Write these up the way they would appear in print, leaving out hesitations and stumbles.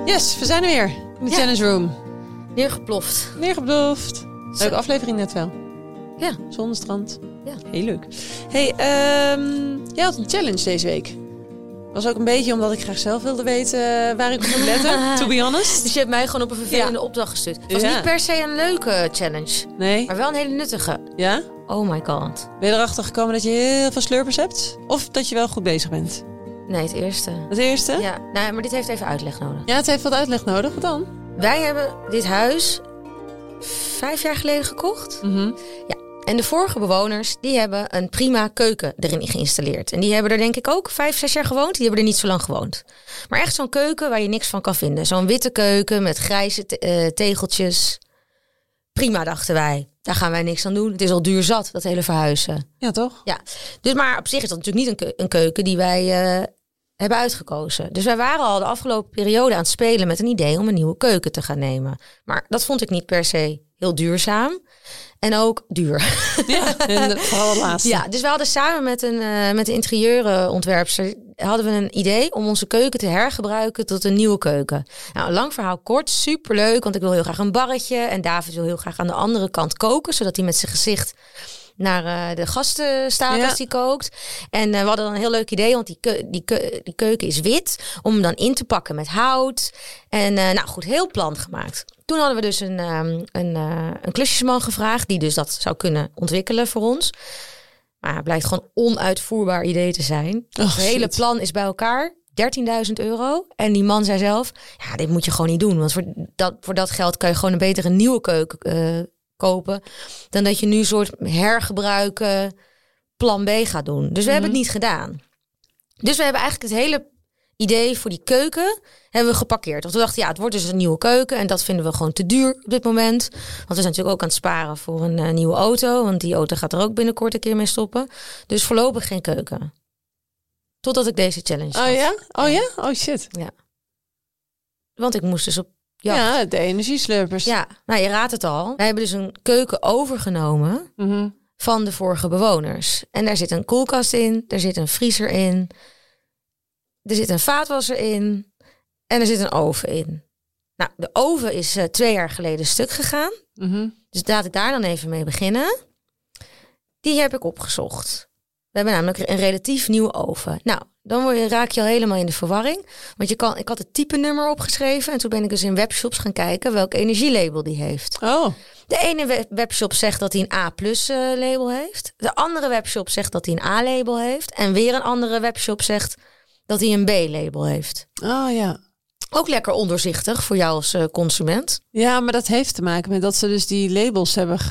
Yes, we zijn er weer. In de Challenge Room. Neergeploft. Leuke aflevering net wel. Ja. Zonnestrand. Ja. Heel leuk. Hey, jij had een challenge deze week. Was ook een beetje omdat ik graag zelf wilde weten waar ik op moet letten. To be honest. Dus je hebt mij gewoon op een vervelende opdracht gestuurd. Het was niet per se een leuke challenge. Nee. Maar wel een hele nuttige. Ja? Oh my god. Ben je erachter gekomen dat je heel veel slurpers hebt? Of dat je wel goed bezig bent? Nee, het eerste. Het eerste? Ja, nou, maar dit heeft even uitleg nodig. Ja, het heeft wat uitleg nodig. Wat dan? Wij hebben dit huis 5 jaar geleden gekocht. Mm-hmm. Ja. En de vorige bewoners, die hebben een prima keuken erin geïnstalleerd. En die hebben er denk ik ook 5, 6 jaar gewoond. Die hebben er niet zo lang gewoond. Maar echt zo'n keuken waar je niks van kan vinden. Zo'n witte keuken met grijze tegeltjes. Prima, dachten wij. Daar gaan wij niks aan doen. Het is al duur zat, dat hele verhuizen. Ja, toch? Ja. Dus, maar op zich is dat natuurlijk niet een keuken die wij hebben uitgekozen. Dus wij waren al de afgelopen periode aan het spelen met een idee om een nieuwe keuken te gaan nemen. Maar dat vond ik niet per se heel duurzaam. En ook duur. Ja, en vooral het laatste. Ja, dus we hadden samen met de interieurontwerpster hadden we een idee om onze keuken te hergebruiken tot een nieuwe keuken. Nou, lang verhaal kort, superleuk, want ik wil heel graag een barretje en David wil heel graag aan de andere kant koken, zodat hij met zijn gezicht naar de gasten staat als die kookt. En we hadden dan een heel leuk idee, want die keuken is wit, om hem dan in te pakken met hout. En nou goed, heel plan gemaakt. Toen hadden we dus een klusjesman gevraagd die dus dat zou kunnen ontwikkelen voor ons. Maar het blijkt gewoon onuitvoerbaar idee te zijn. Het hele plan is bij elkaar 13.000 €. En die man zei zelf, ja, dit moet je gewoon niet doen. Want voor dat geld kan je gewoon een betere nieuwe keuken kopen dan dat je nu een soort hergebruiken plan B gaat doen. Dus we hebben het niet gedaan. Dus we hebben eigenlijk het hele idee voor die keuken hebben we geparkeerd. Want we dachten, ja, het wordt dus een nieuwe keuken en dat vinden we gewoon te duur op dit moment. Want we zijn natuurlijk ook aan het sparen voor een nieuwe auto, want die auto gaat er ook binnenkort een keer mee stoppen. Dus voorlopig geen keuken. Totdat ik deze challenge had. Oh ja? Oh ja? Oh shit. Ja. Want ik moest dus op ja, de energieslurpers. Ja, nou je raadt het al. Wij hebben dus een keuken overgenomen van de vorige bewoners. En daar zit een koelkast in, er zit een vriezer in, er zit een vaatwasser in en er zit een oven in. Nou, de oven is 2 jaar geleden stuk gegaan. Dus laat ik daar dan even mee beginnen. Die heb ik opgezocht. We hebben namelijk een relatief nieuwe oven. Nou, dan raak je al helemaal in de verwarring. Want ik had het type nummer opgeschreven. En toen ben ik dus in webshops gaan kijken welk energielabel die heeft. Oh. De ene webshop zegt dat hij een A+ label heeft. De andere webshop zegt dat hij een A-label heeft. En weer een andere webshop zegt dat hij een B-label heeft. Oh ja. Ook lekker onderzichtig voor jou als consument. Ja, maar dat heeft te maken met dat ze dus die labels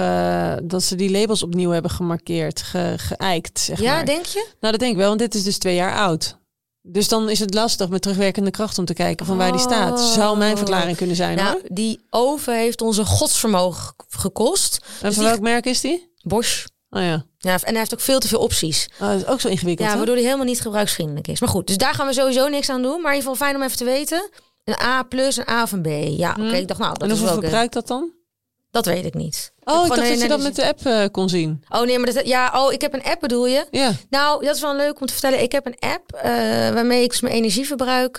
hebben opnieuw hebben gemarkeerd, geëikt, zeg maar. Ja, denk je? Nou, dat denk ik wel, want dit is dus 2 jaar oud. Dus dan is het lastig met terugwerkende kracht om te kijken van waar die staat. Zou mijn verklaring kunnen zijn, nou, hoor. Die oven heeft ons een godsvermogen gekost. En dus van welk merk is die? Bosch. Oh ja. Ja, en hij heeft ook veel te veel opties. Oh, dat is ook zo ingewikkeld. Ja, waardoor hij helemaal niet gebruiksvriendelijk is. Maar goed, dus daar gaan we sowieso niks aan doen. Maar in ieder geval fijn om even te weten. Een A+, een A of een B. Ja, oké. Ik dacht, nou, dat en is wel... hoeveel verbruikt dat dan? Dat weet ik niet. Oh, ik dacht dat je dat met de app kon zien. Oh nee, maar ik heb een app, bedoel je? Ja. Nou, dat is wel leuk om te vertellen. Ik heb een app waarmee ik dus mijn energieverbruik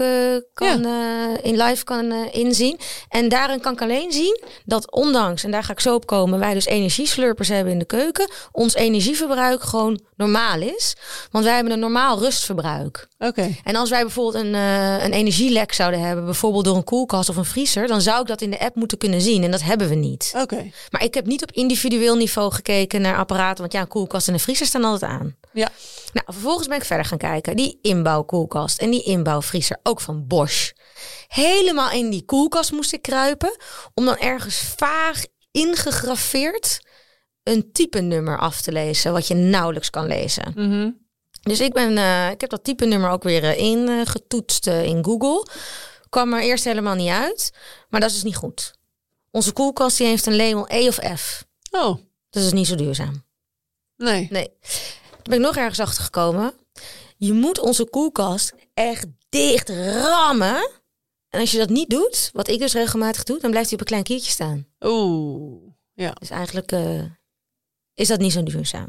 in live kan inzien. En daarin kan ik alleen zien dat ondanks, en daar ga ik zo op komen, wij dus energieslurpers hebben in de keuken, ons energieverbruik gewoon normaal is. Want wij hebben een normaal rustverbruik. Oké. En als wij bijvoorbeeld een energielek zouden hebben, bijvoorbeeld door een koelkast of een vriezer, dan zou ik dat in de app moeten kunnen zien. En dat hebben we niet. Oké. Maar ik heb niet op individueel niveau gekeken naar apparaten. Want ja, een koelkast en een vriezer staan altijd aan. Ja. Nou, vervolgens ben ik verder gaan kijken. Die inbouwkoelkast en die inbouwvriezer, ook van Bosch. Helemaal in die koelkast moest ik kruipen. Om dan ergens vaag ingegraveerd een type nummer af te lezen. Wat je nauwelijks kan lezen. Dus ik heb dat type nummer ook weer ingetoetst in Google. Kwam er eerst helemaal niet uit. Maar dat is dus niet goed. Onze koelkast die heeft een label E of F. Oh. Dat is niet zo duurzaam. Nee. Toen ben ik nog ergens achter gekomen. Je moet onze koelkast echt dicht rammen. En als je dat niet doet, wat ik dus regelmatig doe, dan blijft hij op een klein kiertje staan. Oeh. Ja. Dus eigenlijk is dat niet zo duurzaam.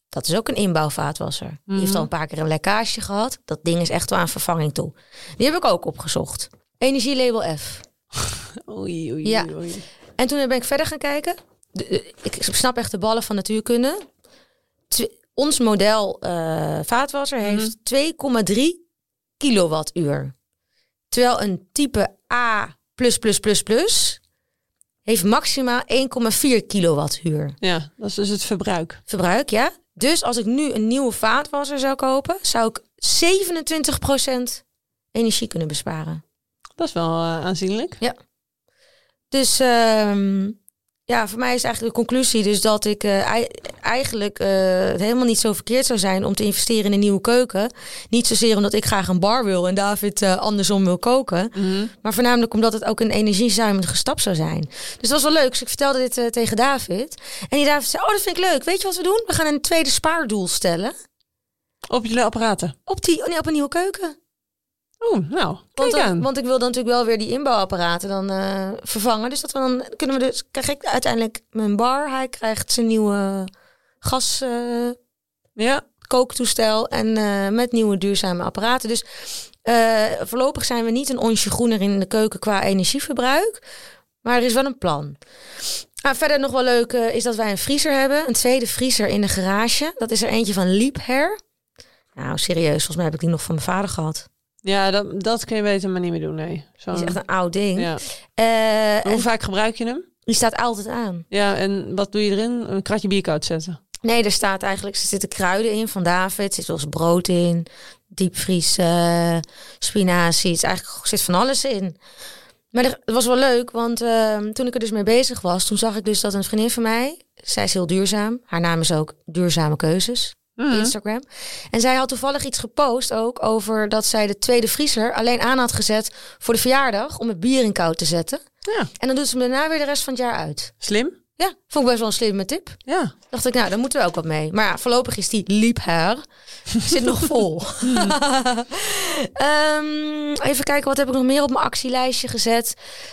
Dat is ook een inbouwvaatwasser. Die heeft al een paar keer een lekkage gehad. Dat ding is echt wel aan vervanging toe. Die heb ik ook opgezocht. Energielabel F. Oei, oei, Ja. oei. En toen ben ik verder gaan kijken. Ik snap echt de ballen van natuurkunde. Ons model vaatwasser heeft 2,3 kilowattuur. Terwijl een type A+++ heeft maximaal 1,4 kilowattuur. Ja, dat is dus het verbruik. Verbruik, ja. Dus als ik nu een nieuwe vaatwasser zou kopen, zou ik 27% energie kunnen besparen. Dat is wel aanzienlijk. Ja. Dus voor mij is eigenlijk de conclusie dus dat ik eigenlijk het helemaal niet zo verkeerd zou zijn om te investeren in een nieuwe keuken. Niet zozeer omdat ik graag een bar wil en David andersom wil koken. Maar voornamelijk omdat het ook een energiezuinige stap zou zijn. Dus dat was wel leuk. Dus ik vertelde dit tegen David. En die David zei, dat vind ik leuk. Weet je wat we doen? We gaan een tweede spaardoel stellen. Op jullie apparaten? Op een nieuwe keuken. Oh, nou, kijk aan. Want ik wil dan natuurlijk wel weer die inbouwapparaten dan vervangen. Dus krijg ik uiteindelijk mijn bar. Hij krijgt zijn nieuwe gas kooktoestel en met nieuwe duurzame apparaten. Dus voorlopig zijn we niet een onsje groener in de keuken qua energieverbruik. Maar er is wel een plan. Verder nog wel leuk is dat wij een vriezer hebben. Een tweede vriezer in de garage. Dat is er eentje van Liebherr. Nou, serieus. Volgens mij heb ik die nog van mijn vader gehad. Ja, dat kun je beter maar niet meer doen, nee. Die is echt een oud ding. Ja. Hoe vaak gebruik je hem? Die staat altijd aan. Ja, en wat doe je erin? Een kratje bier koud zetten? Nee, er zitten kruiden in van David. Er zit wel eens brood in. Diepvries, spinazie. Er zit van alles in. Maar het was wel leuk, want toen ik er dus mee bezig was, toen zag ik dus dat een vriendin van mij, zij is heel duurzaam. Haar naam is ook Duurzame Keuzes. Instagram. En zij had toevallig iets gepost ook over dat zij de tweede vriezer alleen aan had gezet voor de verjaardag om het bier in koud te zetten. Ja. En dan doet ze hem daarna weer de rest van het jaar uit. Slim. Ja, vond ik best wel een slimme tip. Ja. Dacht ik, daar moeten we ook wat mee. Maar ja, voorlopig is die Liebherr zit nog vol. Even kijken, wat heb ik nog meer op mijn actielijstje gezet?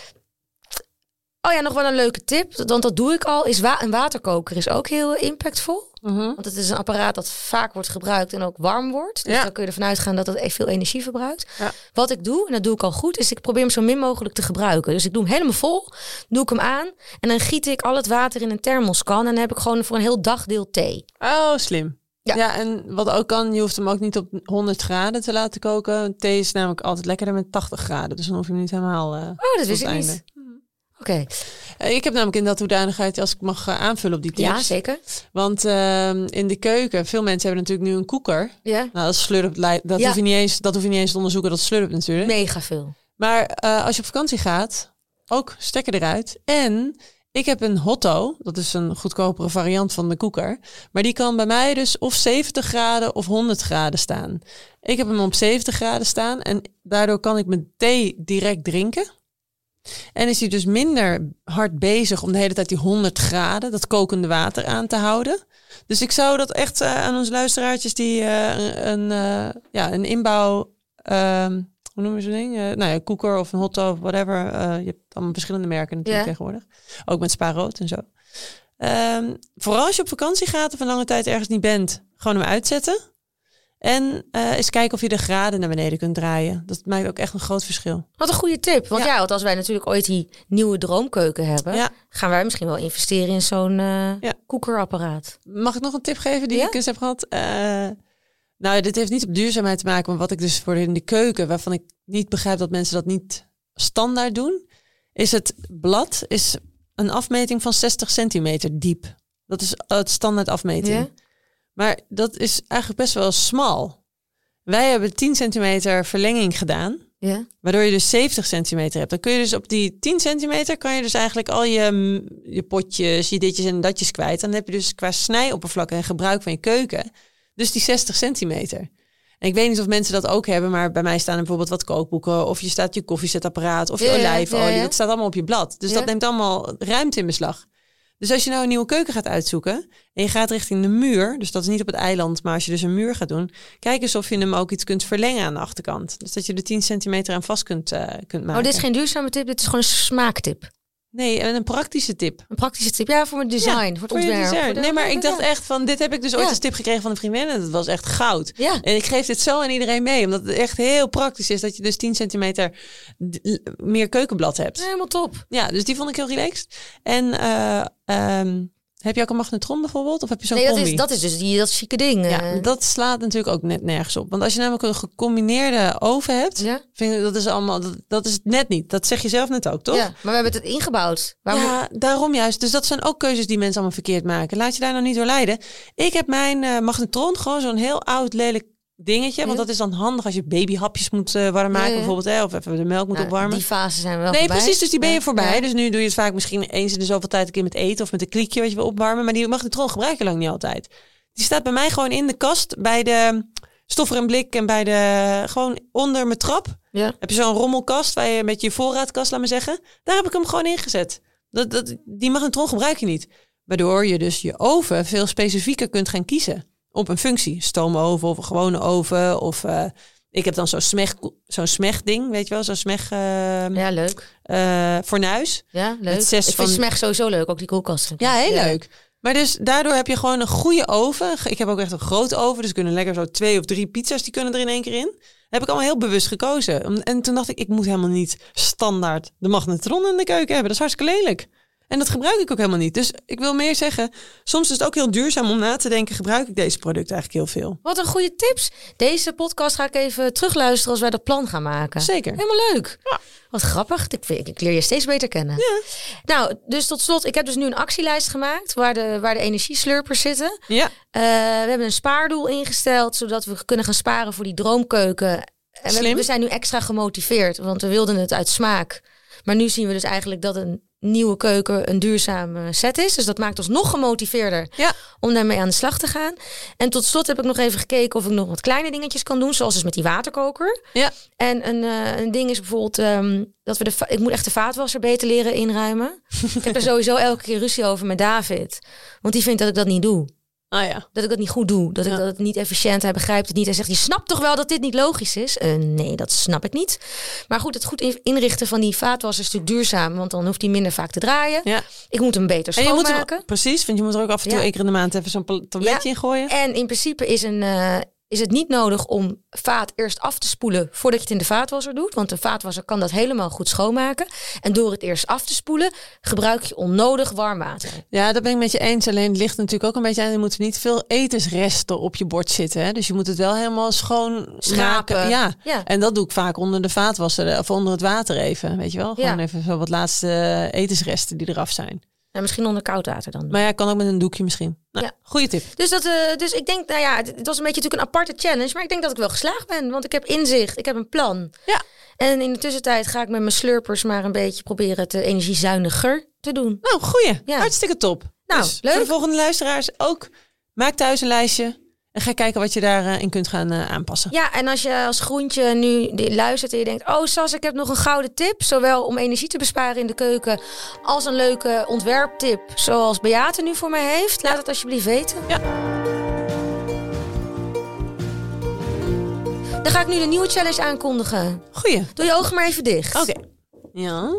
Oh ja, nog wel een leuke tip, want dat doe ik al. Een waterkoker is ook heel impactvol. Want het is een apparaat dat vaak wordt gebruikt en ook warm wordt. Dus dan kun je ervan uitgaan dat het veel energie verbruikt. Ja. Wat ik doe, en dat doe ik al goed, is ik probeer hem zo min mogelijk te gebruiken. Dus ik doe hem helemaal vol, doe ik hem aan en dan giet ik al het water in een thermoskan. En dan heb ik gewoon voor een heel dagdeel thee. Oh, slim. Ja, en wat ook kan, je hoeft hem ook niet op 100 graden te laten koken. Thee is namelijk altijd lekkerder met 80 graden. Dus dan hoef je hem niet helemaal dat wist ik niet. Oké. Ik heb namelijk in dat hoedanigheid, als ik mag aanvullen op die tips. Ja, zeker. Want in de keuken, veel mensen hebben natuurlijk nu een koeker. Ja. Nou, dat slurpt, hoef je niet eens te onderzoeken, dat slurpt natuurlijk. Mega veel. Maar als je op vakantie gaat, ook stekker eruit. En ik heb een Hotto, dat is een goedkopere variant van de koeker. Maar die kan bij mij dus of 70 graden of 100 graden staan. Ik heb hem op 70 graden staan en daardoor kan ik mijn thee direct drinken. En is hij dus minder hard bezig om de hele tijd die 100 graden, dat kokende water aan te houden. Dus ik zou dat echt aan onze luisteraartjes die een inbouw, hoe noemen we zo'n ding? Koeker of een Hotto of whatever. Je hebt allemaal verschillende merken natuurlijk tegenwoordig. Ook met spaarrood en zo. Vooral als je op vakantie gaat of een lange tijd ergens niet bent, gewoon hem uitzetten. En eens kijken of je de graden naar beneden kunt draaien. Dat maakt ook echt een groot verschil. Wat een goede tip. Want want als wij natuurlijk ooit die nieuwe droomkeuken hebben, gaan wij misschien wel investeren in zo'n koekerapparaat. Mag ik nog een tip geven die ik eens heb gehad? Dit heeft niet op duurzaamheid te maken, maar wat ik dus voor in de keuken, waarvan ik niet begrijp dat mensen dat niet standaard doen, is het blad is een afmeting van 60 centimeter diep. Dat is het standaard afmeting. Ja. Maar dat is eigenlijk best wel smal. Wij hebben 10 centimeter verlenging gedaan. Ja. Waardoor je dus 70 centimeter hebt. Dan kun je dus op die 10 centimeter kan je dus eigenlijk al je potjes, je ditjes en datjes kwijt. Dan heb je dus qua snijoppervlak en gebruik van je keuken dus die 60 centimeter. En ik weet niet of mensen dat ook hebben, maar bij mij staan er bijvoorbeeld wat kookboeken. Of je staat je koffiezetapparaat of je olijfolie. Ja. Dat staat allemaal op je blad. Dus dat neemt allemaal ruimte in beslag. Dus als je nou een nieuwe keuken gaat uitzoeken en je gaat richting de muur, dus dat is niet op het eiland, maar als je dus een muur gaat doen, kijk eens of je hem ook iets kunt verlengen aan de achterkant. Dus dat je de 10 centimeter aan vast kunt maken. Oh, dit is geen duurzame tip, dit is gewoon een smaaktip. Nee, en een praktische tip. Een praktische tip, ja, voor het design, voor het ontwerp. Nee, maar ik dacht echt van, dit heb ik dus ooit als tip gekregen van een vriendin. En dat was echt goud. Ja. En ik geef dit zo aan iedereen mee. Omdat het echt heel praktisch is dat je dus 10 centimeter meer keukenblad hebt. Helemaal top. Ja, dus die vond ik heel relaxed. En heb je ook een magnetron bijvoorbeeld? Of heb je zo'n Nee, combi? dat is dus dat chique ding. Ja, dat slaat natuurlijk ook net nergens op. Want als je namelijk een gecombineerde oven hebt, vind ik dat is allemaal, dat is het net niet. Dat zeg je zelf net ook, toch? Ja, maar we hebben het ingebouwd. Ja, daarom juist. Dus dat zijn ook keuzes die mensen allemaal verkeerd maken. Laat je daar nou niet door leiden. Ik heb mijn magnetron, gewoon zo'n heel oud lelijk dingetje. Want dat is dan handig als je babyhapjes moet warm maken bijvoorbeeld. Of even de melk moet opwarmen. Die fase zijn wel voorbij. Precies, dus die ben je voorbij. Ja. Dus nu doe je het vaak misschien eens in de zoveel tijd een keer met eten of met een kliekje wat je wil opwarmen. Maar die magnetron gebruik je lang niet altijd. Die staat bij mij gewoon in de kast bij de stoffer en blik en bij de gewoon onder mijn trap. Ja. Heb je zo'n rommelkast waar je met je voorraadkast, laat maar zeggen. Daar heb ik hem gewoon ingezet. Die magnetron gebruik je niet. Waardoor je dus je oven veel specifieker kunt gaan kiezen. Op een functie. Stoomoven of een gewone oven. Of ik heb dan zo'n smeg-ding, weet je wel? Zo'n smeg... ja, leuk. Fornuis. Ja, leuk. Ik vind smeg sowieso leuk, ook die koelkasten. Ja, heel leuk. Maar dus daardoor heb je gewoon een goede oven. Ik heb ook echt een grote oven. Dus kunnen lekker zo 2 of 3 pizza's, die kunnen er in één keer in. Heb ik allemaal heel bewust gekozen. En toen dacht ik moet helemaal niet standaard de magnetron in de keuken hebben. Dat is hartstikke lelijk. En dat gebruik ik ook helemaal niet. Dus ik wil meer zeggen, soms is het ook heel duurzaam om na te denken, gebruik ik deze producten eigenlijk heel veel. Wat een goede tips. Deze podcast ga ik even terugluisteren als wij dat plan gaan maken. Zeker. Helemaal leuk. Ja. Wat grappig. Ik leer je steeds beter kennen. Ja. Nou, dus tot slot, ik heb dus nu een actielijst gemaakt waar de energieslurpers zitten. Ja. We hebben een spaardoel ingesteld, zodat we kunnen gaan sparen voor die droomkeuken. En we zijn nu extra gemotiveerd, want we wilden het uit smaak. Maar nu zien we dus eigenlijk dat een nieuwe keuken een duurzame set is. Dus dat maakt ons nog gemotiveerder om daarmee aan de slag te gaan. En tot slot heb ik nog even gekeken of ik nog wat kleine dingetjes kan doen. Zoals dus met die waterkoker. Ja. En een ding is bijvoorbeeld dat ik moet echt de vaatwasser beter leren inruimen. Ik heb er sowieso elke keer ruzie over met David. Want die vindt dat ik dat niet doe. Ah, ja. Dat ik dat niet goed doe. Dat ik het niet efficiënt. Hij begrijpt het niet. Hij zegt, je snapt toch wel dat dit niet logisch is? Nee, dat snap ik niet. Maar goed, het goed inrichten van die vaatwasser is natuurlijk duurzaam. Want dan hoeft hij minder vaak te draaien. Ja. Ik moet hem beter schoonmaken. Precies, want je moet er ook af en toe 1 keer in de maand even zo'n tabletje in gooien. En in principe is het niet nodig om vaat eerst af te spoelen voordat je het in de vaatwasser doet. Want de vaatwasser kan dat helemaal goed schoonmaken. En door het eerst af te spoelen, gebruik je onnodig warm water. Ja, dat ben ik met je eens. Alleen het ligt natuurlijk ook een beetje aan. Er moeten niet veel etensresten op je bord zitten. Hè? Dus je moet het wel helemaal schoon schrapen. Ja. En dat doe ik vaak onder de vaatwasser of onder het water even. Weet je wel? Gewoon even zo wat laatste etensresten die eraf zijn. Ja, misschien onder koud water dan. Maar ja, kan ook met een doekje misschien. Nou, goeie tip. Dus ik denk, nou ja, het was een beetje natuurlijk een aparte challenge. Maar ik denk dat ik wel geslaagd ben. Want ik heb inzicht, ik heb een plan. Ja. En in de tussentijd ga ik met mijn slurpers maar een beetje proberen het energiezuiniger te doen. Nou, goeie. Ja. Hartstikke top. Nou, dus leuk. Voor de volgende luisteraars ook. Maak thuis een lijstje. En ga kijken wat je daarin kunt gaan aanpassen. Ja, en als je als groentje nu luistert en je denkt... oh Sas, ik heb nog een gouden tip. Zowel om energie te besparen in de keuken... als een leuke ontwerptip zoals Beate nu voor mij heeft. Laat het alsjeblieft weten. Ja. Dan ga ik nu de nieuwe challenge aankondigen. Goeie. Doe je ogen maar even dicht. Oké. Ja.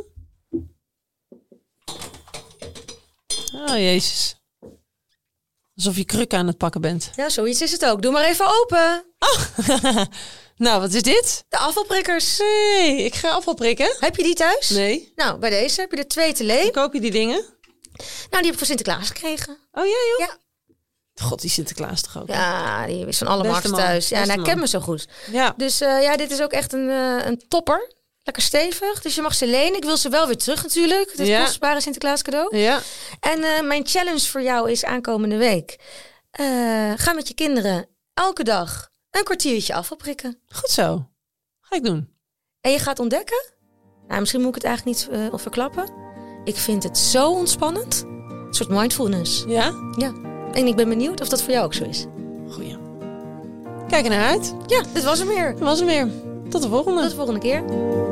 Oh, jezus. Alsof je krukken aan het pakken bent. Ja, zoiets is het ook. Doe maar even open. Oh. Nou, wat is dit? De afvalprikkers. Nee, ik ga afval prikken. Heb je die thuis? Nee. Nou, bij deze heb je er 2 te leen. Hoe koop je die dingen? Nou, die heb ik voor Sinterklaas gekregen. Oh ja, joh? Ja. God, die Sinterklaas toch ook? Ja, die is van alle markten thuis. Ja, nou, ik ken me zo goed. Ja. Dus dit is ook echt een topper. Lekker stevig. Dus je mag ze lenen. Ik wil ze wel weer terug natuurlijk. Het is kostbare Sinterklaas cadeau. Ja. En mijn challenge voor jou is aankomende week. Ga met je kinderen elke dag een kwartiertje afval prikken. Goed zo. Ga ik doen. En je gaat ontdekken. Nou, misschien moet ik het eigenlijk niet verklappen. Ik vind het zo ontspannend. Een soort mindfulness. Ja? Ja. En ik ben benieuwd of dat voor jou ook zo is. Goeie. Kijk er naar uit. Ja, dit was hem weer. Dit was hem weer. Tot de volgende. Tot de volgende keer.